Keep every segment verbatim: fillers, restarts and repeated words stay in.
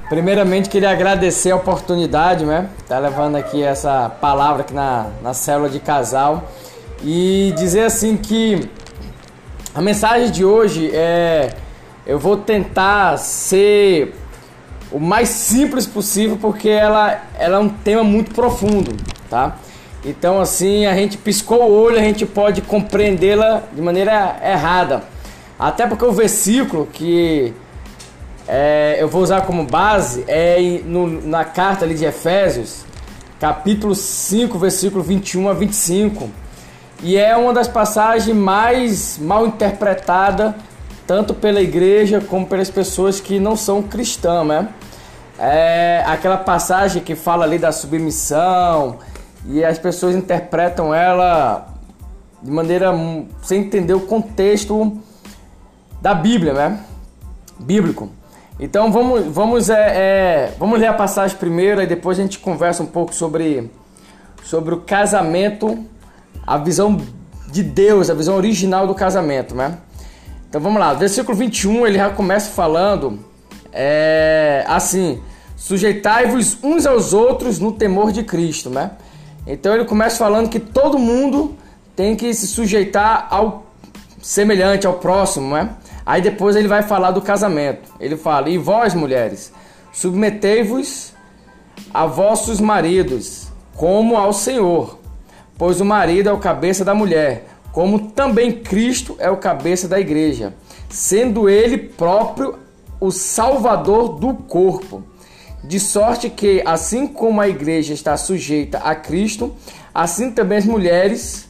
Primeiramente, queria agradecer a oportunidade, né? Tá levando aqui essa palavra aqui na, na célula de casal e dizer assim que a mensagem de hoje é: eu vou tentar ser o mais simples possível porque ela, ela é um tema muito profundo, tá? Então, assim, a gente piscou o olho, a gente pode compreendê-la de maneira errada. Até porque o versículo que é, eu vou usar como base é no, na carta ali de Efésios, capítulo cinco, versículo vinte e um a vinte e cinco. E é uma das passagens mais mal interpretadas, tanto pela igreja como pelas pessoas que não são cristãs, né? É aquela passagem que fala ali da submissão e as pessoas interpretam ela de maneira sem entender o contexto da Bíblia, né? Bíblico. Então vamos, vamos, é, é, vamos ler a passagem primeiro e depois a gente conversa um pouco sobre, sobre o casamento, a visão de Deus, a visão original do casamento, né? Então vamos lá, versículo vinte e um, ele já começa falando é, assim: sujeitai-vos uns aos outros no temor de Cristo, né? Então ele começa falando que todo mundo tem que se sujeitar ao semelhante, ao próximo, né? Aí depois ele vai falar do casamento. Ele fala: e vós, mulheres, submetei-vos a vossos maridos, como ao Senhor, pois o marido é o cabeça da mulher, como também Cristo é o cabeça da igreja, sendo ele próprio o salvador do corpo. De sorte que, assim como a igreja está sujeita a Cristo, assim também as mulheres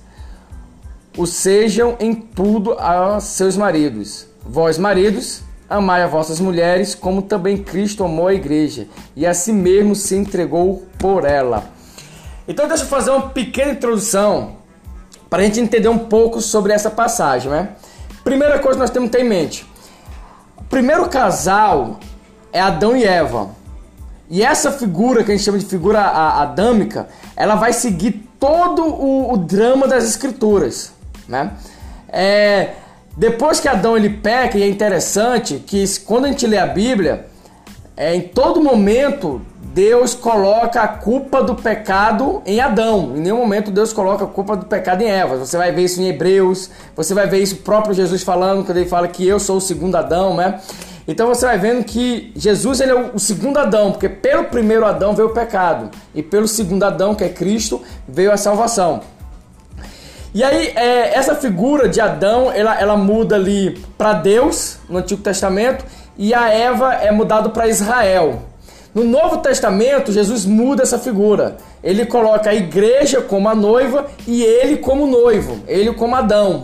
o sejam em tudo a seus maridos. Vós, maridos, amai as vossas mulheres, como também Cristo amou a igreja, e a si mesmo se entregou por ela. Então deixa eu fazer uma pequena introdução para a gente entender um pouco sobre essa passagem, né? Primeira coisa que nós temos que ter em mente: o primeiro casal é Adão e Eva. E essa figura, que a gente chama de figura adâmica, ela vai seguir todo o, o drama das escrituras, né? É, depois que Adão ele peca, e é interessante que quando a gente lê a Bíblia, é, em todo momento Deus coloca a culpa do pecado em Adão. Em nenhum momento Deus coloca a culpa do pecado em Eva. Você vai ver isso em Hebreus, você vai ver isso o próprio Jesus falando, quando ele fala que eu sou o segundo Adão, né? Então você vai vendo que Jesus ele é o segundo Adão, porque pelo primeiro Adão veio o pecado, e pelo segundo Adão, que é Cristo, veio a salvação. E aí é, essa figura de Adão, ela, ela muda ali para Deus, no Antigo Testamento, e a Eva é mudado para Israel. No Novo Testamento, Jesus muda essa figura. Ele coloca a igreja como a noiva e ele como noivo, ele como Adão.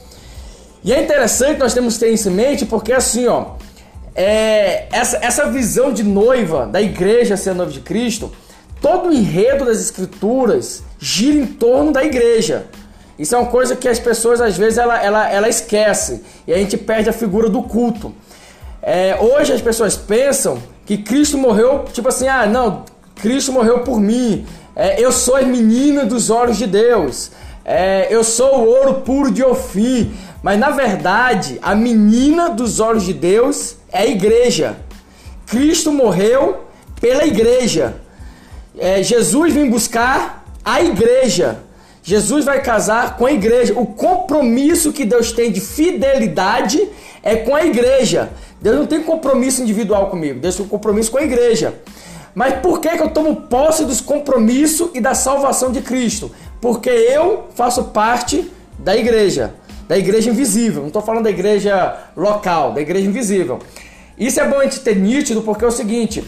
E é interessante, nós temos que ter isso em mente, porque assim, ó, É, essa, essa visão de noiva, da igreja ser a noiva de Cristo, todo o enredo das escrituras gira em torno da igreja. Isso é uma coisa que as pessoas às vezes ela, ela, ela esquece, e a gente perde a figura do culto. É, hoje as pessoas pensam que Cristo morreu, tipo assim, ah não, Cristo morreu por mim, é, eu sou a menina dos olhos de Deus, é, eu sou o ouro puro de Ofim. Mas na verdade, a menina dos olhos de Deus é a igreja. Cristo morreu pela igreja. É, Jesus vem buscar a igreja. Jesus vai casar com a igreja. O compromisso que Deus tem de fidelidade é com a igreja. Deus não tem compromisso individual comigo. Deus tem um compromisso com a igreja. Mas por que que eu tomo posse dos compromissos e da salvação de Cristo? Porque eu faço parte da igreja. Da igreja invisível, não estou falando da igreja local, da igreja invisível. Isso é bom a gente ter nítido, porque é o seguinte,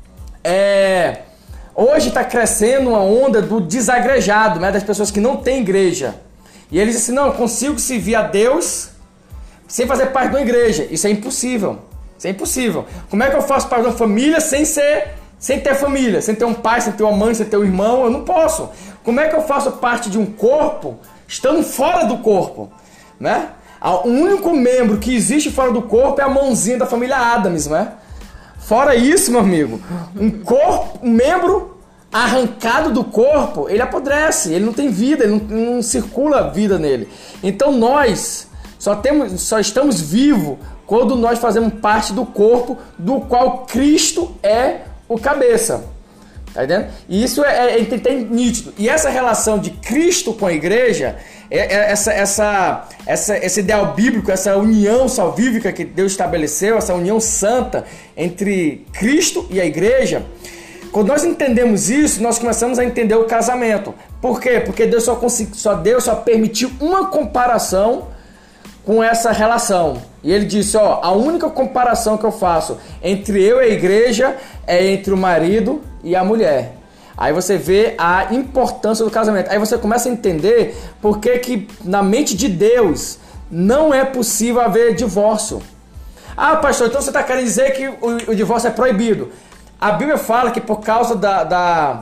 é, hoje está crescendo uma onda do desagrejado, né, das pessoas que não têm igreja. E eles dizem assim: não, eu consigo servir a Deus sem fazer parte de uma igreja. Isso é impossível, isso é impossível. Como é que eu faço parte de uma família sem ser, sem ter família, sem ter um pai, sem ter uma mãe, sem ter um irmão? Eu não posso. Como é que eu faço parte de um corpo estando fora do corpo? Né? O único membro que existe fora do corpo é a mãozinha da família Adams, né? Fora isso, meu amigo, um corpo, um membro arrancado do corpo, ele apodrece, ele não tem vida, ele não, não circula vida nele. Então nós Só, temos, só estamos vivos quando nós fazemos parte do corpo do qual Cristo é o cabeça. Tá entendendo? E isso é, é, é, é nítido. E essa relação de Cristo com a igreja, é, é, essa, essa, essa, esse ideal bíblico, essa união salvífica que Deus estabeleceu, essa união santa entre Cristo e a igreja, quando nós entendemos isso, nós começamos a entender o casamento. Por quê? Porque Deus só, consegui, só, Deus só permitiu uma comparação com essa relação. E ele disse, ó, a única comparação que eu faço entre eu e a igreja é entre o marido e a mulher. Aí você vê a importância do casamento. Aí você começa a entender por que que na mente de Deus não é possível haver divórcio. Ah, pastor, então você está querendo dizer que o, o divórcio é proibido. A Bíblia fala que por causa da, da,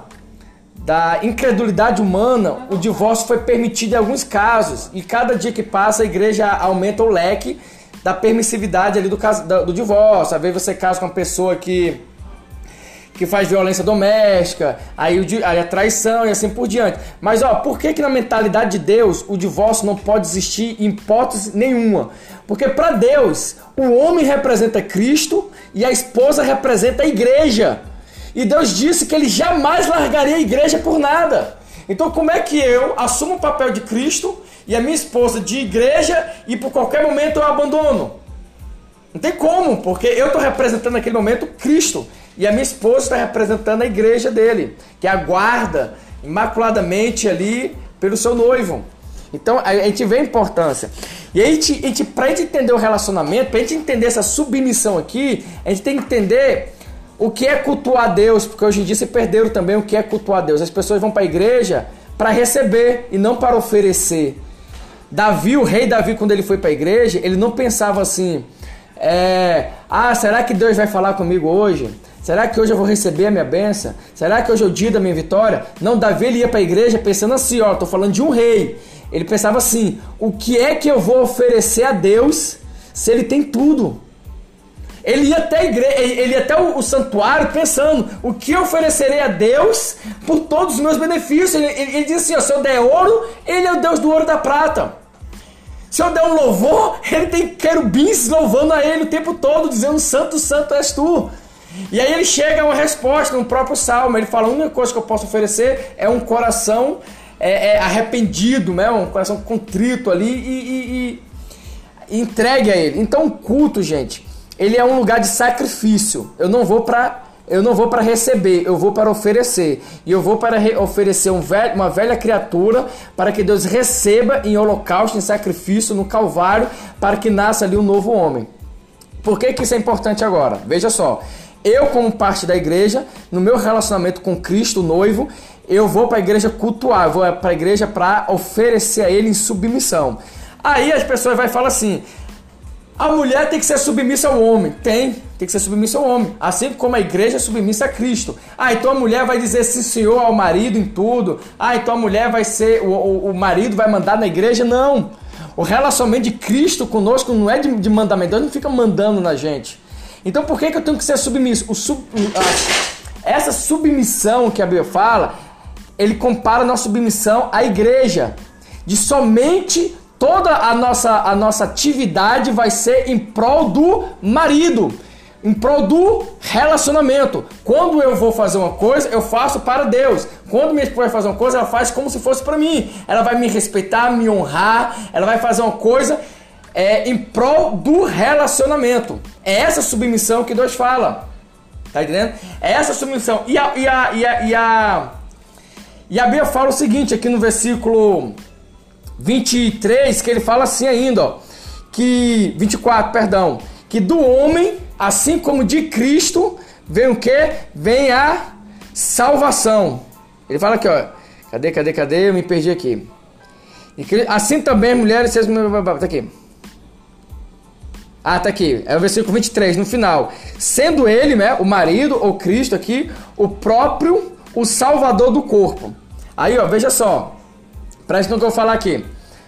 da incredulidade humana, o divórcio foi permitido em alguns casos. E cada dia que passa, a igreja aumenta o leque da permissividade ali do, do, do divórcio. Às vezes você casa com uma pessoa que, que faz violência doméstica, aí, o, aí a traição e assim por diante. Mas ó, por que que na mentalidade de Deus o divórcio não pode existir em hipótese nenhuma? Porque para Deus, o homem representa Cristo e a esposa representa a igreja. E Deus disse que ele jamais largaria a igreja por nada. Então como é que eu assumo o papel de Cristo e a minha esposa de igreja e por qualquer momento eu abandono? Não tem como, porque eu estou representando naquele momento Cristo e a minha esposa está representando a igreja dele, que aguarda imaculadamente ali pelo seu noivo. Então a gente vê a importância. E a gente, a gente, pra gente entender o relacionamento, pra gente entender essa submissão aqui, a gente tem que entender o que é cultuar Deus, porque hoje em dia se perderam também o que é cultuar Deus. As pessoas vão para a igreja para receber e não para oferecer. Davi, o rei Davi, quando ele foi para a igreja, ele não pensava assim, é, ah, será que Deus vai falar comigo hoje? Será que hoje eu vou receber a minha bênção? Será que hoje é o dia da minha vitória? Não, Davi ele ia para a igreja pensando assim, ó, tô falando de um rei. Ele pensava assim, o que é que eu vou oferecer a Deus se ele tem tudo? Ele ia até, a igreja, ele ia até o, o santuário pensando, o que eu oferecerei a Deus por todos os meus benefícios? Ele, ele, ele diz assim, ó, se eu der ouro, ele é o Deus do ouro e da prata. Se eu der um louvor, ele tem querubins louvando a ele o tempo todo, dizendo, santo, santo és tu. E aí ele chega a uma resposta no próprio Salmo, ele fala, a única coisa que eu posso oferecer é um coração é, é, arrependido, né? Um coração contrito ali e, e, e entregue a ele. Então o culto, gente, ele é um lugar de sacrifício. Eu não vou para eu não vou para receber, eu vou para oferecer. E eu vou para oferecer um velho, uma velha criatura para que Deus receba em holocausto, em sacrifício, no Calvário, para que nasça ali um novo homem. Por que que isso é importante agora? Veja só, eu como parte da igreja, no meu relacionamento com Cristo, o noivo, eu vou para a igreja cultuar, eu vou para a igreja para oferecer a ele em submissão. Aí as pessoas vão falar assim, a mulher tem que ser submissa ao homem. Tem, tem que ser submissa ao homem. Assim como a igreja é submissa a Cristo. Ah, então a mulher vai dizer sim senhor ao marido em tudo. Ah, então a mulher vai ser, o, o, o marido vai mandar na igreja. Não. O relacionamento de Cristo conosco não é de, de mandamento. Deus não fica mandando na gente. Então por que que eu tenho que ser submisso? O sub, a, essa submissão que a Bíblia fala, ele compara a nossa submissão à igreja. De somente toda a nossa, a nossa atividade vai ser em prol do marido, em prol do relacionamento. Quando eu vou fazer uma coisa, eu faço para Deus. Quando minha esposa vai fazer uma coisa, ela faz como se fosse para mim. Ela vai me respeitar, me honrar, ela vai fazer uma coisa é, em prol do relacionamento. É essa submissão que Deus fala. Tá entendendo? É essa submissão. E a, e a, e a, e a, e a Bíblia fala o seguinte aqui no versículo vinte e três, que ele fala assim ainda, ó, que vinte e quatro, perdão, que do homem, assim como de Cristo, vem o que? Vem a salvação. Ele fala aqui, ó, cadê, cadê, cadê? Eu me perdi aqui. Assim também mulheres, vocês... tá aqui. Ah, tá aqui, é o versículo vinte e três, no final. Sendo ele, né, o marido, ou Cristo aqui, o próprio, o salvador do corpo. Aí, ó, veja só. Presta no que eu vou falar aqui.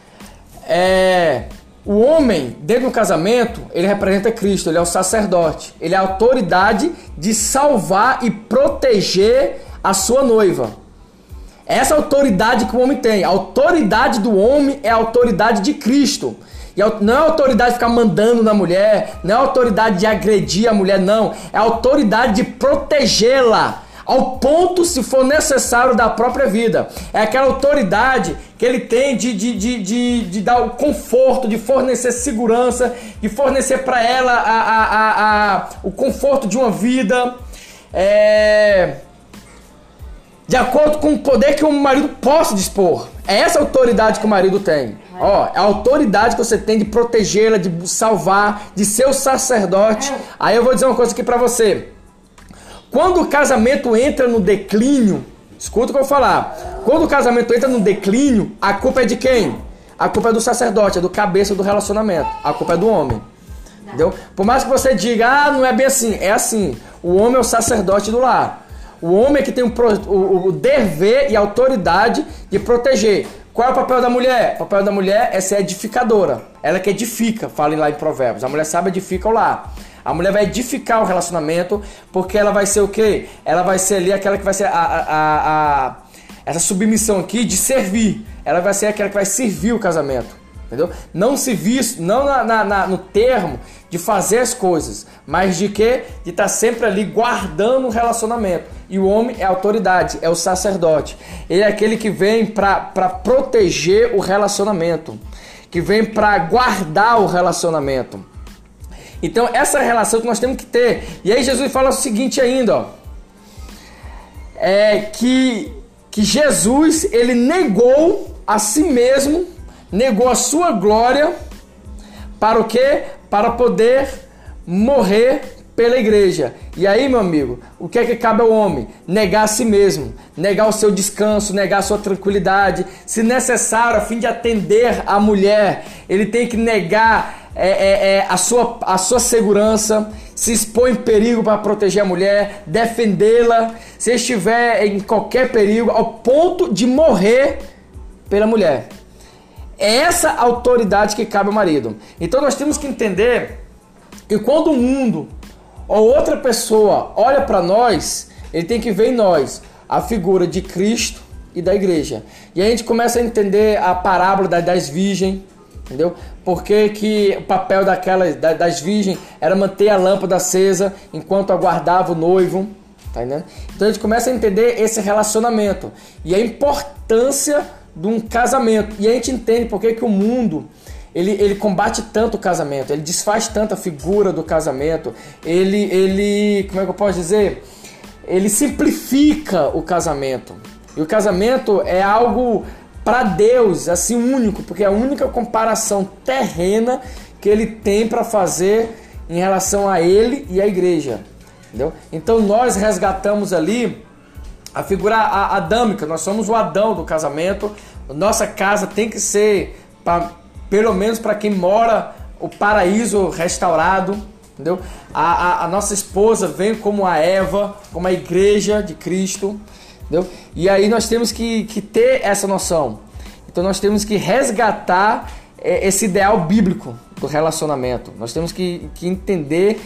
É, o homem, dentro do casamento, ele representa Cristo, ele é o sacerdote. Ele é a autoridade de salvar e proteger a sua noiva. Essa autoridade que o homem tem. A autoridade do homem é a autoridade de Cristo. E não é a autoridade de ficar mandando na mulher, não é a autoridade de agredir a mulher, não. É a autoridade de protegê-la, ao ponto, se for necessário, da própria vida. É aquela autoridade que ele tem de, de, de, de, de dar o conforto, de fornecer segurança, de fornecer para ela a, a, a, a, o conforto de uma vida, é, de acordo com o poder que o marido possa dispor. É essa autoridade que o marido tem. Ó, é a autoridade que você tem de protegê-la, de salvar, de ser o sacerdote. Aí eu vou dizer uma coisa aqui para você. Quando o casamento entra no declínio, escuta o que eu vou falar. Quando o casamento entra no declínio, a culpa é de quem? A culpa é do sacerdote, é do cabeça do relacionamento. A culpa é do homem. Entendeu? Por mais que você diga, ah, não é bem assim. É assim. O homem é o sacerdote do lar. O homem é que tem o, o, o dever e a autoridade de proteger. Qual é o papel da mulher? O papel da mulher é ser edificadora. Ela que edifica, fala lá em Provérbios. A mulher sabe edifica o lar. A mulher vai edificar o relacionamento, porque ela vai ser o quê? Ela vai ser ali aquela que vai ser a, a, a, a, essa submissão aqui de servir. Ela vai ser aquela que vai servir o casamento. Entendeu? Não servir, não na, na, na, no termo de fazer as coisas, mas de quê? De estar sempre ali guardando o relacionamento. E o homem é a autoridade, é o sacerdote. Ele é aquele que vem para proteger o relacionamento, que vem para guardar o relacionamento. Então essa relação que nós temos que ter. E aí Jesus fala o seguinte ainda, ó, é que, que Jesus, ele negou a si mesmo, negou a sua glória, para o quê? Para poder morrer pela igreja. E aí, meu amigo, o que é que cabe ao homem? Negar a si mesmo, negar o seu descanso, negar a sua tranquilidade. Se necessário, a fim de atender a mulher, ele tem que negar é, é, é, a, sua, a sua segurança, se expor em perigo para proteger a mulher, defendê-la, se estiver em qualquer perigo, ao ponto de morrer pela mulher. É essa autoridade que cabe ao marido. Então nós temos que entender que quando o mundo ou outra pessoa olha para nós, ele tem que ver em nós a figura de Cristo e da igreja. E aí a gente começa a entender a parábola das virgens, entendeu? Porque que o papel daquelas, das virgens era manter a lâmpada acesa enquanto aguardava o noivo, tá entendendo? Então a gente começa a entender esse relacionamento e a importância de um casamento. E a gente entende por que que o mundo Ele, ele combate tanto o casamento, ele desfaz tanto a figura do casamento, ele, ele, como é que eu posso dizer? Ele simplifica o casamento. E o casamento é algo para Deus, assim, único, porque é a única comparação terrena que ele tem para fazer em relação a ele e a igreja. Entendeu? Então nós resgatamos ali a figura adâmica, nós somos o Adão do casamento, nossa casa tem que ser para pelo menos para quem mora, o paraíso restaurado, entendeu? A, a, a nossa esposa vem como a Eva, como a igreja de Cristo, entendeu? E aí nós temos que, que ter essa noção. Então nós temos que resgatar é, esse ideal bíblico do relacionamento. Nós temos que, que entender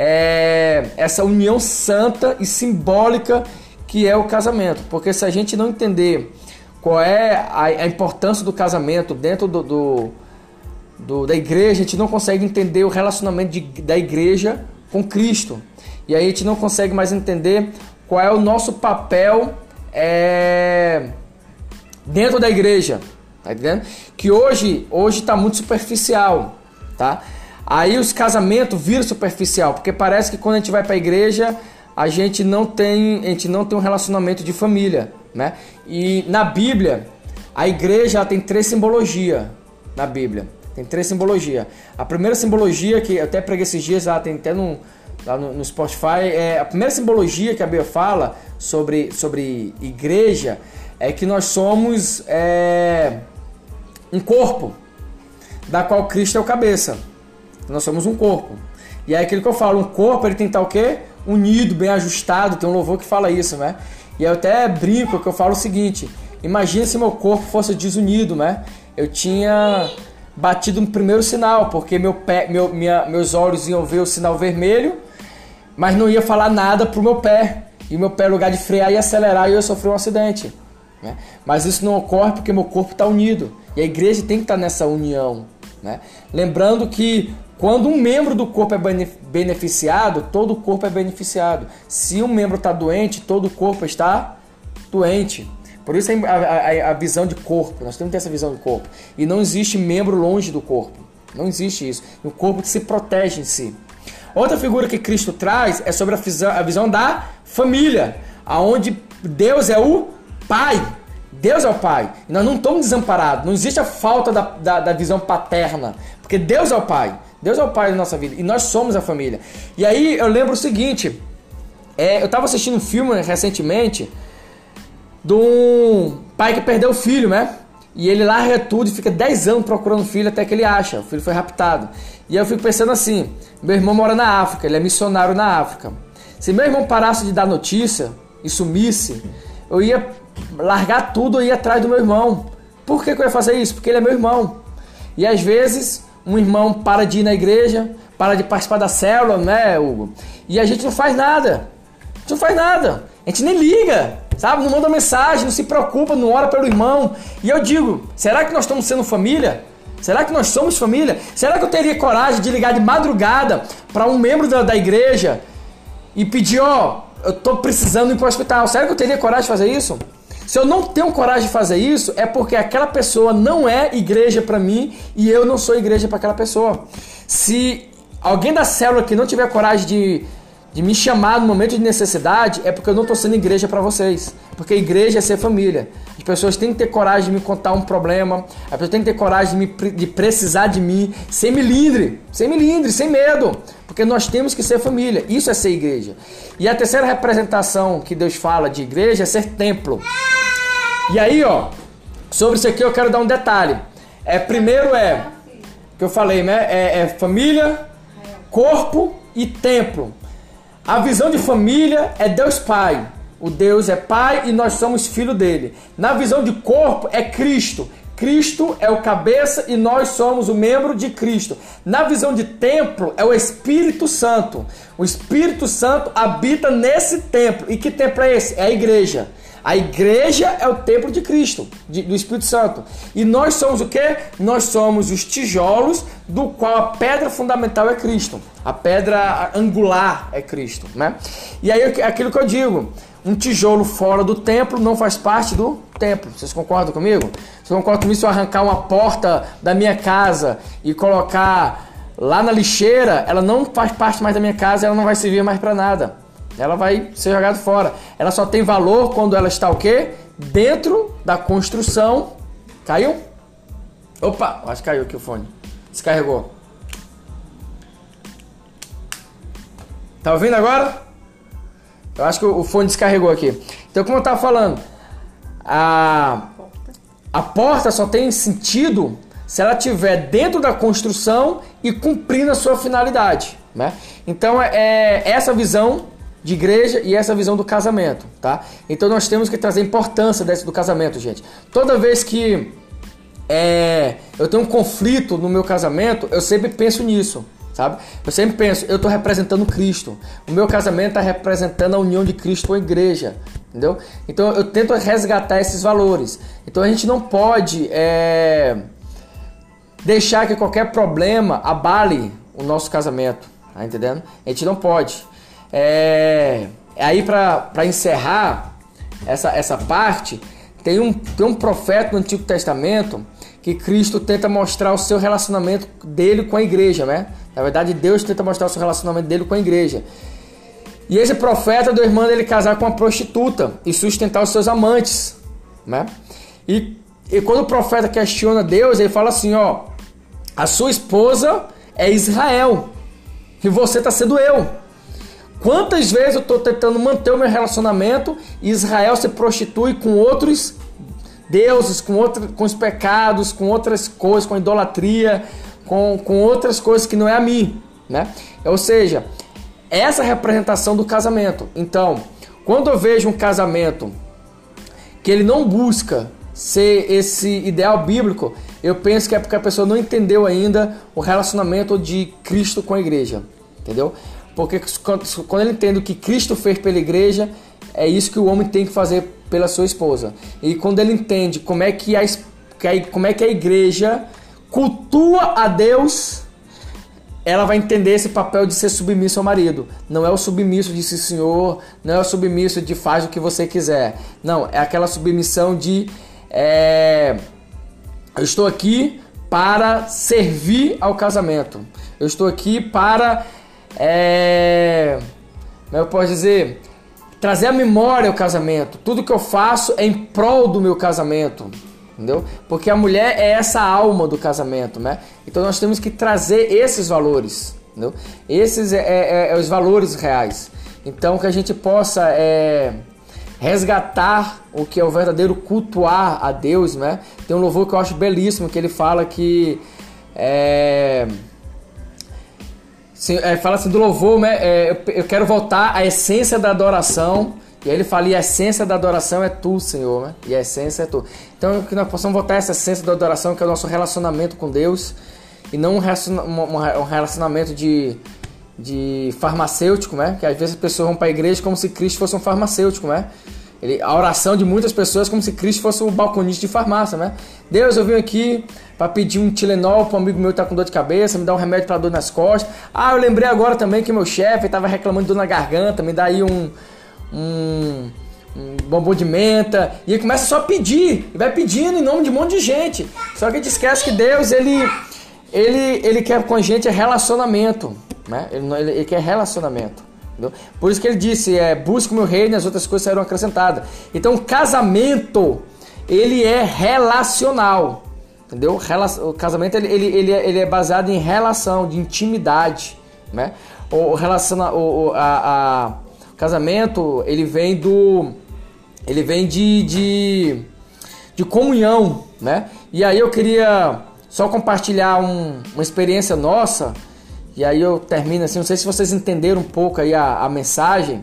é, essa união santa e simbólica que é o casamento. Porque se a gente não entender qual é a, a importância do casamento dentro do... do Do, da igreja, a gente não consegue entender o relacionamento de, da igreja com Cristo. E aí a gente não consegue mais entender qual é o nosso papel é, dentro da igreja. Tá entendendo? Que hoje hoje está muito superficial, tá? Aí os casamentos viram superficial, porque parece que quando a gente vai para a igreja, a gente não tem, a gente não tem um relacionamento de família, né? E na Bíblia, a igreja ela tem três simbologias na Bíblia. Tem três simbologias. A primeira simbologia, que eu até preguei esses dias, lá, tem até no, lá no, no Spotify, é a primeira simbologia que a Bíblia fala sobre, sobre igreja é que nós somos é, um corpo, da qual Cristo é o cabeça. Nós somos um corpo. E é aquilo que eu falo, um corpo ele tem que estar o quê? Unido, bem ajustado, tem um louvor que fala isso, né? E eu até brinco que eu falo o seguinte, imagina se meu corpo fosse desunido, né? Eu tinha... batido no primeiro sinal, porque meu pé, meu, minha, meus olhos iam ver o sinal vermelho, mas não ia falar nada pro meu pé. E meu pé, no lugar de frear, ia acelerar e eu ia sofrer um acidente. né? Mas isso não ocorre porque meu corpo está unido. E a igreja tem que estar nessa união, né? Lembrando que quando um membro do corpo é beneficiado, todo o corpo é beneficiado. Se um membro está doente, todo o corpo está doente. Por isso a, a, a visão de corpo, nós temos que ter essa visão de corpo. E não existe membro longe do corpo. Não existe isso. O corpo se protege em si. Outra figura que Cristo traz é sobre a visão, a visão da família, onde Deus é o Pai. Deus é o Pai. E nós não estamos desamparados. Não existe a falta da, da, da visão paterna. Porque Deus é o Pai. Deus é o Pai da nossa vida. E nós somos a família. E aí eu lembro o seguinte. É, eu estava assistindo um filme recentemente de um pai que perdeu o filho, né? E ele larga tudo e fica dez anos procurando o filho até que ele acha. O filho foi raptado. E aí eu fico pensando assim. Meu irmão mora na África. Ele é missionário na África. Se meu irmão parasse de dar notícia e sumisse, eu ia largar tudo e ir atrás do meu irmão. Por que, que eu ia fazer isso? Porque ele é meu irmão. E às vezes um irmão para de ir na igreja, para de participar da célula, né, Hugo? E a gente não faz nada. A gente não faz nada. A gente nem liga, sabe? Não manda mensagem, não se preocupa, não ora pelo irmão. E eu digo, será que nós estamos sendo família? Será que nós somos família? Será que eu teria coragem de ligar de madrugada para um membro da, da igreja e pedir, ó, eu tô precisando ir para o hospital? Será que eu teria coragem de fazer isso? Se eu não tenho coragem de fazer isso, é porque aquela pessoa não é igreja para mim e eu não sou igreja para aquela pessoa. Se alguém da célula que não tiver coragem de, de me chamar no momento de necessidade, é porque eu não estou sendo igreja para vocês. Porque igreja é ser família. As pessoas têm que ter coragem de me contar um problema, as pessoas têm que ter coragem de, me, de precisar de mim, sem milindre, sem milindre, sem medo. Porque nós temos que ser família. Isso é ser igreja. E a terceira representação que Deus fala de igreja é ser templo. E aí, ó, sobre isso aqui eu quero dar um detalhe. É, primeiro é, que eu falei, né? É, é família, corpo e templo. A visão de família é Deus Pai. O Deus é Pai e nós somos filho dele. Na visão de corpo é Cristo. Cristo é o cabeça e nós somos o membro de Cristo. Na visão de templo é o Espírito Santo. O Espírito Santo habita nesse templo. E que templo é esse? É a igreja. A igreja é o templo de Cristo, de, do Espírito Santo. E nós somos o quê? Nós somos os tijolos do qual a pedra fundamental é Cristo. A pedra angular é Cristo, né? E aí aquilo que eu digo, um tijolo fora do templo não faz parte do templo. Vocês concordam comigo? Vocês concordam comigo se eu arrancar uma porta da minha casa e colocar lá na lixeira, ela não faz parte mais da minha casa, ela não vai servir mais para nada. Ela vai ser jogada fora. Ela só tem valor quando ela está o quê? Dentro da construção. Caiu? Opa, acho que caiu aqui o fone. Descarregou. Tá ouvindo agora? Eu acho que o fone descarregou aqui. Então, como eu estava falando, a, a porta só tem sentido se ela estiver dentro da construção e cumprindo a sua finalidade, né? Então, é essa visão de igreja e essa visão do casamento, tá? Então nós temos que trazer a importância desse, do casamento, gente. Toda vez que é, eu tenho um conflito no meu casamento, eu sempre penso nisso, sabe? Eu sempre penso, eu estou representando Cristo. O meu casamento está representando a união de Cristo com a igreja, entendeu? Então eu tento resgatar esses valores. Então a gente não pode é, deixar que qualquer problema abale o nosso casamento, tá entendendo? A gente não pode. É, aí para encerrar essa, essa parte, tem um, tem um profeta no Antigo Testamento que Cristo tenta mostrar o seu relacionamento dele com a igreja, né? Na verdade, Deus tenta mostrar o seu relacionamento dele com a igreja. E esse profeta deu irmã dele casar com uma prostituta e sustentar os seus amantes, né? E, e quando o profeta questiona Deus, ele fala assim, ó, a sua esposa é Israel e você está sendo eu. Quantas vezes eu estou tentando manter o meu relacionamento e Israel se prostitui com outros deuses, com, outro, com os pecados, com outras coisas, com idolatria, com, com outras coisas que não é a mim, né? Ou seja, essa é a representação do casamento. Então, quando eu vejo um casamento que ele não busca ser esse ideal bíblico, eu penso que é porque a pessoa não entendeu ainda o relacionamento de Cristo com a igreja, entendeu? Porque quando ele entende o que Cristo fez pela igreja, é isso que o homem tem que fazer pela sua esposa. E quando ele entende como é que a, como é que a igreja cultua a Deus, ela vai entender esse papel de ser submisso ao marido. Não é o submisso de sim senhor, não é o submisso de faz o que você quiser. Não, é aquela submissão de é, eu estou aqui para servir ao casamento. Eu estou aqui para é, como eu posso dizer, trazer a memória ao casamento. Tudo que eu faço é em prol do meu casamento. Entendeu? Porque a mulher é essa alma do casamento, né? Então nós temos que trazer esses valores, entendeu? Esses é, é, é os valores reais. Então que a gente possa é, resgatar o que é o verdadeiro cultuar a Deus, né? Tem um louvor que eu acho belíssimo, que ele fala que é, assim, é, fala assim do louvor, né? É, eu, eu quero voltar à essência da adoração. E aí ele fala, e a essência da adoração é tu, Senhor, né? E a essência é tu. Então que nós possamos voltar a essa essência da adoração, que é o nosso relacionamento com Deus, e não um relacionamento de, de farmacêutico, né? Que às vezes as pessoas vão para a igreja como se Cristo fosse um farmacêutico, né? Ele, a oração de muitas pessoas é como se Cristo fosse um balconista de farmácia, né? Deus, eu vim aqui para pedir um Tilenol para um amigo meu que está com dor de cabeça, me dá um remédio para dor nas costas. Ah, eu lembrei agora também que meu chefe estava reclamando de dor na garganta, me dá aí um... Um, um bombom de menta, e ele começa só a pedir, e vai pedindo em nome de um monte de gente. Só que a gente esquece que Deus, ele, ele, ele quer com a gente relacionamento, né? ele, ele, ele quer relacionamento, entendeu? Por isso que ele disse, é, busque o meu reino e as outras coisas serão acrescentadas. Então o casamento, ele é relacional, entendeu? O casamento, ele, ele, ele, é, ele é baseado em relação, de intimidade, né? O, relaciona, o, a, a O casamento, ele vem do ele vem de, de de comunhão, né? E aí eu queria só compartilhar um, uma experiência nossa, e aí eu termino assim, não sei se vocês entenderam um pouco aí a, a mensagem,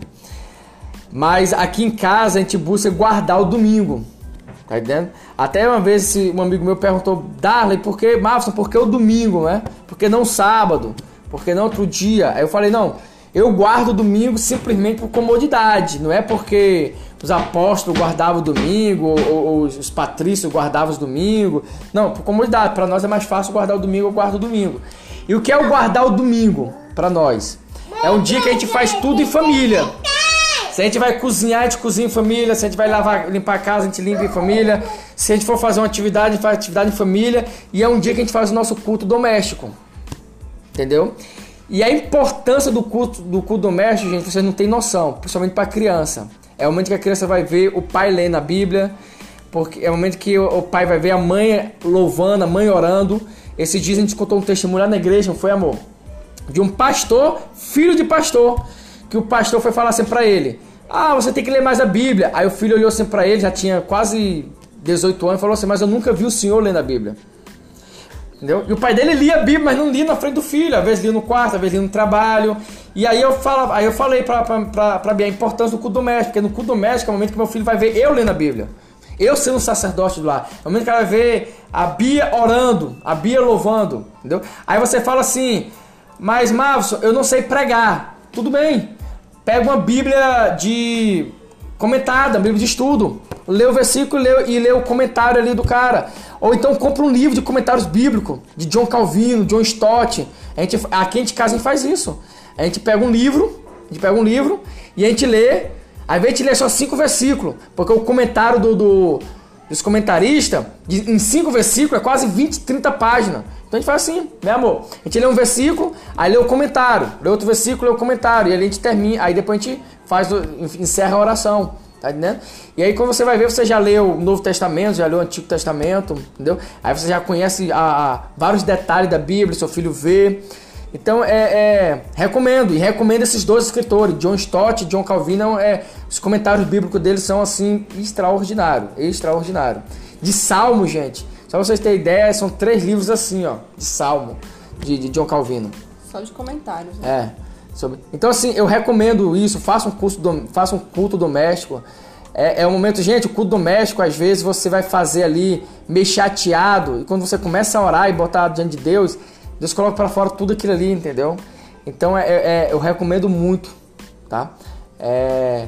mas aqui em casa a gente busca guardar o domingo, tá entendendo? Até uma vez um amigo meu perguntou, Darley, por que, Mavson, por que o domingo, né? Por que não sábado? Por que não outro dia? Aí eu falei, não, eu guardo o domingo simplesmente por comodidade, não é porque os apóstolos guardavam o domingo, ou, ou os patrícios guardavam o domingo, não, por comodidade, para nós é mais fácil guardar o domingo, eu guardo o domingo. E o que é o guardar o domingo para nós? É um dia que a gente faz tudo em família. Se a gente vai cozinhar, a gente cozinha em família, se a gente vai lavar, limpar a casa, a gente limpa em família, se a gente for fazer uma atividade, a gente faz atividade em família, e é um dia que a gente faz o nosso culto doméstico, entendeu? E a importância do culto, do culto doméstico, gente, vocês não têm noção, principalmente para a criança. É o momento que a criança vai ver o pai lendo a Bíblia, porque é o momento que o pai vai ver a mãe louvando, a mãe orando. Esses dias a gente contou um testemunho lá na igreja, não foi, amor? De um pastor, filho de pastor, que o pastor foi falar assim para ele, ah, você tem que ler mais a Bíblia. Aí o filho olhou assim para ele, já tinha quase dezoito anos, e falou assim, mas eu nunca vi o senhor lendo a Bíblia. Entendeu? E o pai dele lia a Bíblia, mas não lia na frente do filho. Às vezes lia no quarto, às vezes lia no trabalho. E aí eu, falo, aí eu falei pra, pra, pra, pra Bia a importância do culto doméstico. Porque no culto doméstico é o momento que meu filho vai ver eu lendo a Bíblia. Eu sendo um sacerdote do lar. É o momento que ela vai ver a Bia orando, a Bia louvando. Entendeu? Aí você fala assim, mas Mavson, eu não sei pregar. Tudo bem. Pega uma Bíblia de comentada, uma Bíblia de estudo. Lê o versículo e lê, e lê o comentário ali do cara. Ou então compra um livro de comentários bíblicos, de John Calvino, John Stott. A gente, aqui a gente casa, a gente faz isso. A gente pega um livro, a gente pega um livro e a gente lê. Ao invés de ler só cinco versículos, porque o comentário do, do, dos comentaristas, de, em cinco versículos, é quase vinte, trinta páginas. Então a gente faz assim, né, amor? A gente lê um versículo, aí lê o comentário. Lê outro versículo, lê o comentário. E aí a gente termina, aí depois a gente faz, encerra a oração. Tá entendendo? E aí quando você vai ver, você já leu o Novo Testamento, já leu o Antigo Testamento, entendeu? Aí você já conhece a, a, vários detalhes da Bíblia, seu filho vê. Então é, é recomendo, e recomendo esses dois escritores, John Stott e John Calvino. É, os comentários bíblicos deles são assim, extraordinários, extraordinário. De Salmo, gente, só pra vocês terem ideia, são três livros assim, ó, de Salmo, de, de John Calvino. Só de comentários, né? É. Sobre... Então assim, eu recomendo isso, faça um, curso do... faça um culto doméstico. É, é um momento, gente, o culto doméstico, às vezes você vai fazer ali meio chateado, e quando você começa a orar e botar diante de Deus, Deus coloca para fora tudo aquilo ali, entendeu? Então é, é, eu recomendo muito, tá? É...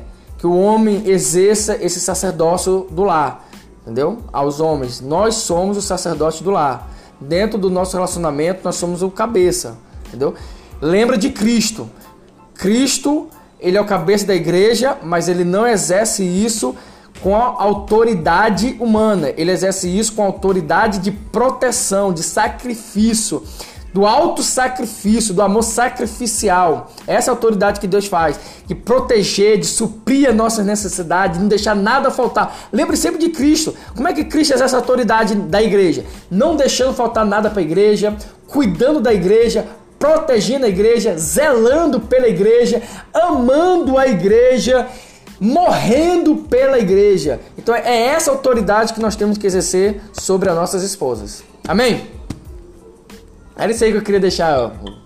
que o homem exerça esse sacerdócio do lar, entendeu? Aos homens, nós somos o sacerdote do lar. Dentro do nosso relacionamento, nós somos o cabeça, entendeu? Lembra de Cristo. Cristo, ele é o cabeça da igreja, mas ele não exerce isso com a autoridade humana. Ele exerce isso com a autoridade de proteção, de sacrifício, do auto-sacrifício, do amor sacrificial. Essa é a autoridade que Deus faz, de proteger, de suprir as nossas necessidades, de não deixar nada faltar. Lembre sempre de Cristo. Como é que Cristo exerce a autoridade da igreja? Não deixando faltar nada para a igreja, cuidando da igreja, protegendo a igreja, zelando pela igreja, amando a igreja, morrendo pela igreja. Então é essa autoridade que nós temos que exercer sobre as nossas esposas. Amém? Era isso aí que eu queria deixar, ó.